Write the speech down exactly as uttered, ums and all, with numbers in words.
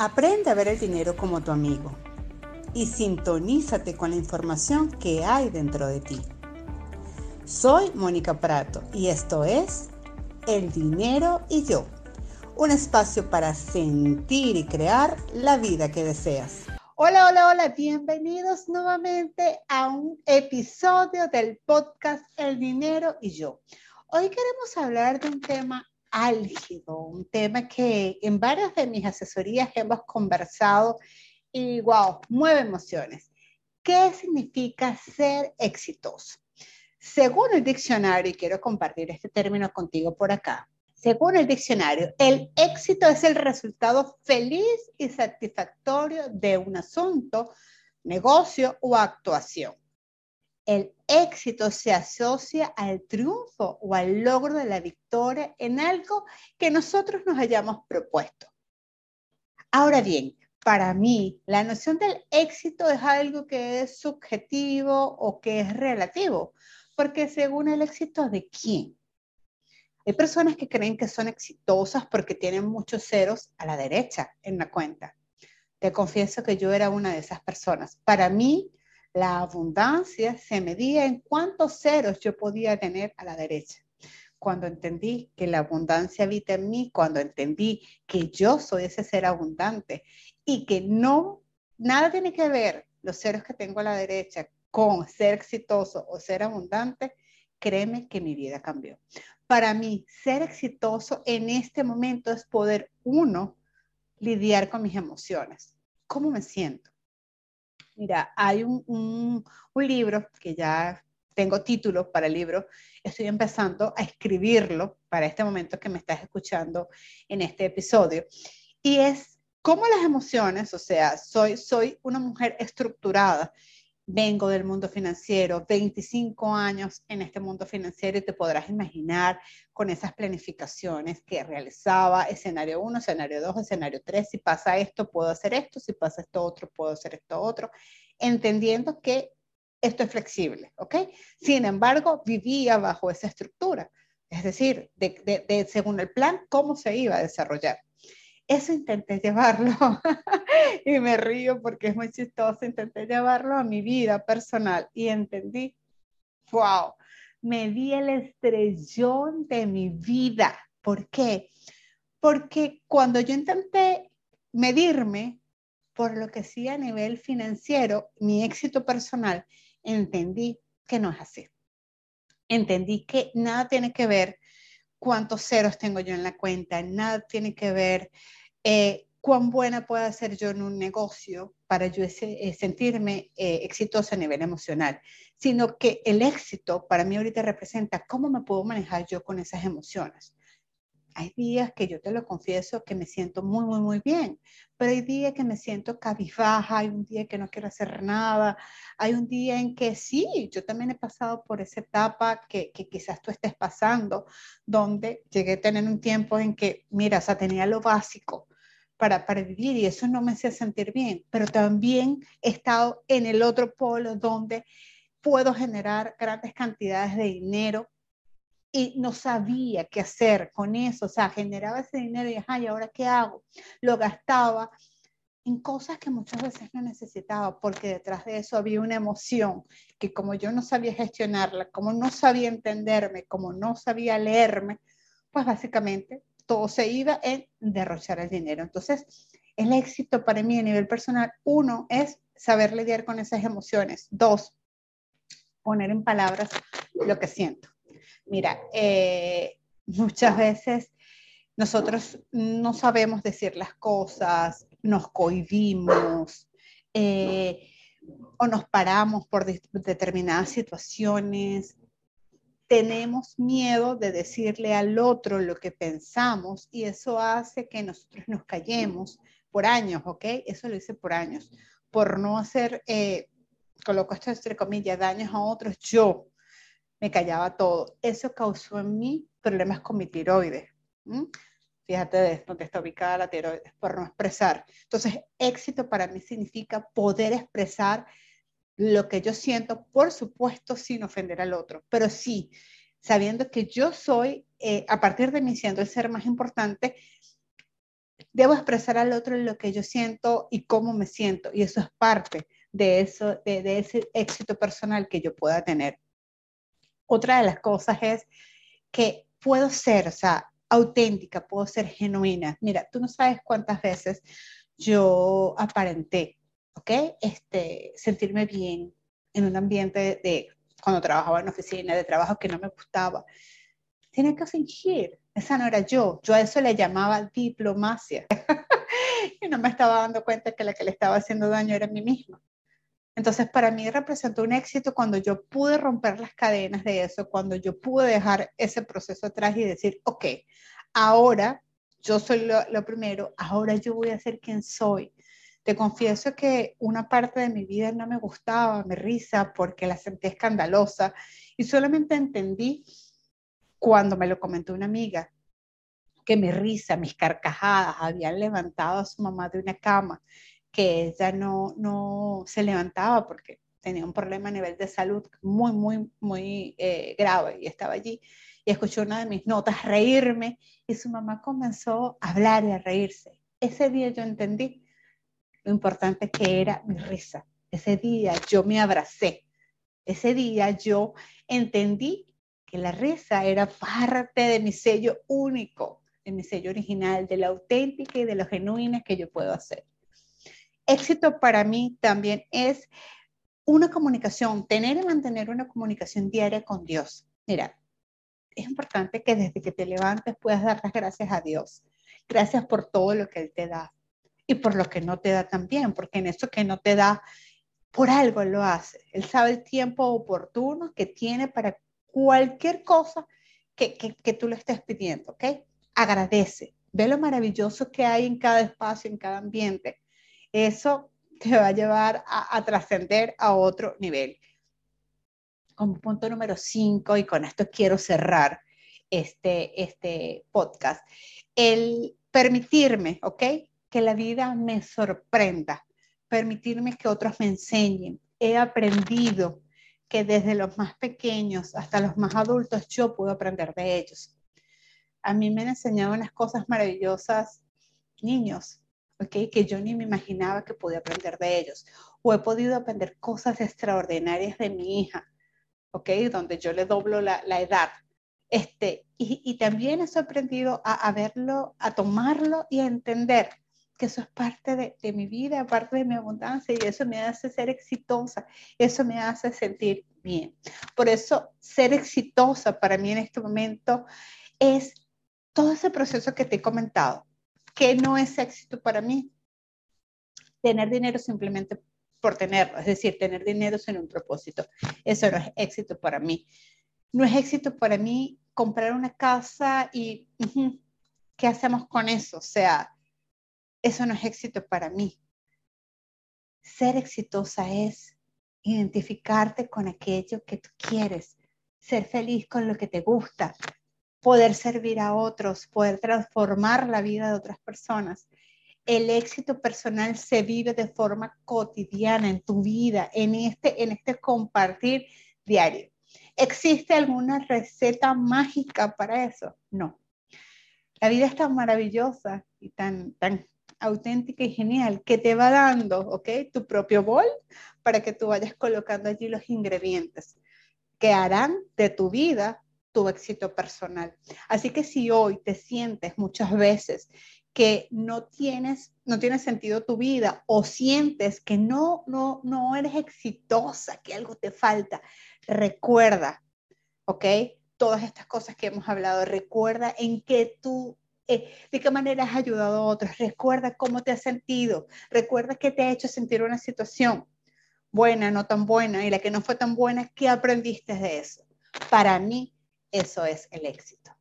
Aprende a ver el dinero como tu amigo y sintonízate con la información que hay dentro de ti. Soy Mónica Prato y esto es El Dinero y Yo, un espacio para sentir y crear la vida que deseas. Hola, hola, hola, bienvenidos nuevamente a un episodio del podcast El Dinero y Yo. Hoy queremos hablar de un tema álgido, un tema que en varias de mis asesorías hemos conversado y wow, mueve emociones. ¿Qué significa ser exitoso? Según el diccionario, y quiero compartir este término contigo por acá, según el diccionario, el éxito es el resultado feliz y satisfactorio de un asunto, negocio o actuación. El éxito se asocia al triunfo o al logro de la victoria en algo que nosotros nos hayamos propuesto. Ahora bien, para mí, la noción del éxito es algo que es subjetivo o que es relativo, porque según el éxito de quién. Hay personas que creen que son exitosas porque tienen muchos ceros a la derecha en la cuenta. Te confieso que yo era una de esas personas. Para mí, la abundancia se medía en cuántos ceros yo podía tener a la derecha. Cuando entendí que la abundancia habita en mí, cuando entendí que yo soy ese ser abundante y que no, nada tiene que ver los ceros que tengo a la derecha con ser exitoso o ser abundante, créeme que mi vida cambió. Para mí, ser exitoso en este momento es poder, uno, lidiar con mis emociones. ¿Cómo me siento? Mira, hay un, un, un libro que ya tengo título para el libro, estoy empezando a escribirlo para este momento que me estás escuchando en este episodio, y es cómo las emociones, o sea, soy, soy una mujer estructurada, vengo del mundo financiero, veinticinco años en este mundo financiero y te podrás imaginar con esas planificaciones que realizaba, escenario uno, escenario dos, escenario tres, si pasa esto, puedo hacer esto, si pasa esto otro, puedo hacer esto otro, entendiendo que esto es flexible, ¿ok? Sin embargo, vivía bajo esa estructura, es decir, de, de, de, según el plan, cómo se iba a desarrollar. Eso intenté llevarlo y me río porque es muy chistoso. Intenté llevarlo a mi vida personal y entendí, wow, me di el estrellón de mi vida. ¿Por qué? Porque cuando yo intenté medirme por lo que sí a nivel financiero, mi éxito personal, entendí que no es así. Entendí que nada tiene que ver cuántos ceros tengo yo en la cuenta, nada tiene que ver eh, cuán buena pueda ser yo en un negocio para yo ese, eh, sentirme eh, exitosa a nivel emocional, sino que el éxito para mí ahorita representa cómo me puedo manejar yo con esas emociones. Hay días que yo te lo confieso que me siento muy, muy, muy bien, pero hay días que me siento cabizbaja, hay un día que no quiero hacer nada, hay un día en que sí, yo también he pasado por esa etapa que, que quizás tú estés pasando, donde llegué a tener un tiempo en que, mira, o sea, tenía lo básico para, para vivir y eso no me hacía sentir bien, pero también he estado en el otro polo donde puedo generar grandes cantidades de dinero y no sabía qué hacer con eso, o sea, generaba ese dinero y, ajá, ¿y ahora qué hago? Lo gastaba en cosas que muchas veces no necesitaba, porque detrás de eso había una emoción que como yo no sabía gestionarla, como no sabía entenderme, como no sabía leerme, pues básicamente todo se iba en derrochar el dinero. Entonces, el éxito para mí a nivel personal, uno, es saber lidiar con esas emociones. Dos, poner en palabras lo que siento. Mira, eh, muchas veces nosotros no sabemos decir las cosas, nos cohibimos eh, o nos paramos por de determinadas situaciones. Tenemos miedo de decirle al otro lo que pensamos y eso hace que nosotros nos callemos por años, ¿ok? Eso lo hice por años, por no hacer, eh, coloco esto entre comillas, daños a otros, yo me callaba todo. Eso causó en mí problemas con mi tiroides. ¿Mm? Fíjate de dónde está ubicada la tiroides, por no expresar. Entonces, éxito para mí significa poder expresar lo que yo siento, por supuesto, sin ofender al otro, pero sí, sabiendo que yo soy, eh, a partir de mí siendo el ser más importante, Debo expresar al otro lo que yo siento y cómo me siento, y eso es parte de, eso, de, de ese éxito personal que yo pueda tener. Otra de las cosas es que puedo ser, o sea, auténtica, puedo ser genuina. Mira, tú no sabes cuántas veces yo aparenté, ¿ok? Este, sentirme bien en un ambiente de, de cuando trabajaba en oficina, de trabajo que no me gustaba. Tenía que fingir, esa no era yo. Yo a eso le llamaba diplomacia. Y no me estaba dando cuenta que la que le estaba haciendo daño era a mí misma. Entonces, para mí representó un éxito cuando yo pude romper las cadenas de eso, cuando yo pude dejar ese proceso atrás y decir, ok, ahora yo soy lo, lo primero, ahora yo voy a ser quien soy. Te confieso que una parte de mi vida no me gustaba, me risa porque la sentí escandalosa y solamente entendí cuando me lo comentó una amiga que mi risa, mis carcajadas habían levantado a su mamá de una cama, que ella no, no se levantaba porque tenía un problema a nivel de salud muy, muy, muy eh, grave y estaba allí y escuchó una de mis notas reírme y su mamá comenzó a hablar y a reírse. Ese día yo entendí lo importante que era mi risa. Ese día yo me abracé. Ese día yo entendí que la risa era parte de mi sello único, de mi sello original, de la auténtica y de lo genuina que yo puedo hacer. Éxito para mí también es una comunicación, tener y mantener una comunicación diaria con Dios. Mira, es importante que desde que te levantes puedas dar las gracias a Dios. Gracias por todo lo que Él te da y por lo que no te da también, porque en eso que no te da, por algo lo hace. Él sabe el tiempo oportuno que tiene para cualquier cosa que, que, que tú le estés pidiendo, ¿ok? Agradece. Ve lo maravilloso que hay en cada espacio, en cada ambiente. Eso te va a llevar a, a trascender a otro nivel. Como punto número cinco, y con esto quiero cerrar este, este podcast, el permitirme, ¿ok? Que la vida me sorprenda, permitirme que otros me enseñen. He aprendido que desde los más pequeños hasta los más adultos yo puedo aprender de ellos. A mí me han enseñado unas cosas maravillosas niños, ¿ok? Que yo ni me imaginaba que podía aprender de ellos. O he podido aprender cosas extraordinarias de mi hija, ¿ok? Donde yo le doblo la, la edad. Este, y, y también he aprendido a, a verlo, a tomarlo y a entender que eso es parte de, de mi vida, parte de mi abundancia, y eso me hace ser exitosa, eso me hace sentir bien. Por eso, ser exitosa para mí en este momento es todo ese proceso que te he comentado, que no es éxito para mí. Tener dinero simplemente por tenerlo, es decir, tener dinero sin un propósito. Eso no es éxito para mí. No es éxito para mí comprar una casa y uh-huh, ¿qué hacemos con eso? O sea, eso no es éxito para mí. Ser exitosa es identificarte con aquello que tú quieres, ser feliz con lo que te gusta, poder servir a otros, poder transformar la vida de otras personas. El éxito personal se vive de forma cotidiana en tu vida, en este, en este compartir diario. ¿Existe alguna receta mágica para eso? No. La vida es tan maravillosa y tan, tan auténtica y genial que te va dando, ¿ok? Tu propio bol para que tú vayas colocando allí los ingredientes que harán de tu vida tu éxito personal. Así que si hoy te sientes muchas veces que no tienes, no tiene sentido tu vida o sientes que no, no, no eres exitosa, que algo te falta, recuerda, ¿ok? Todas estas cosas que hemos hablado, recuerda en qué tú, eh, de qué manera has ayudado a otros, recuerda cómo te has sentido, recuerda qué te ha hecho sentir una situación buena, no tan buena, y la que no fue tan buena, ¿qué aprendiste de eso? Para mí, eso es el éxito.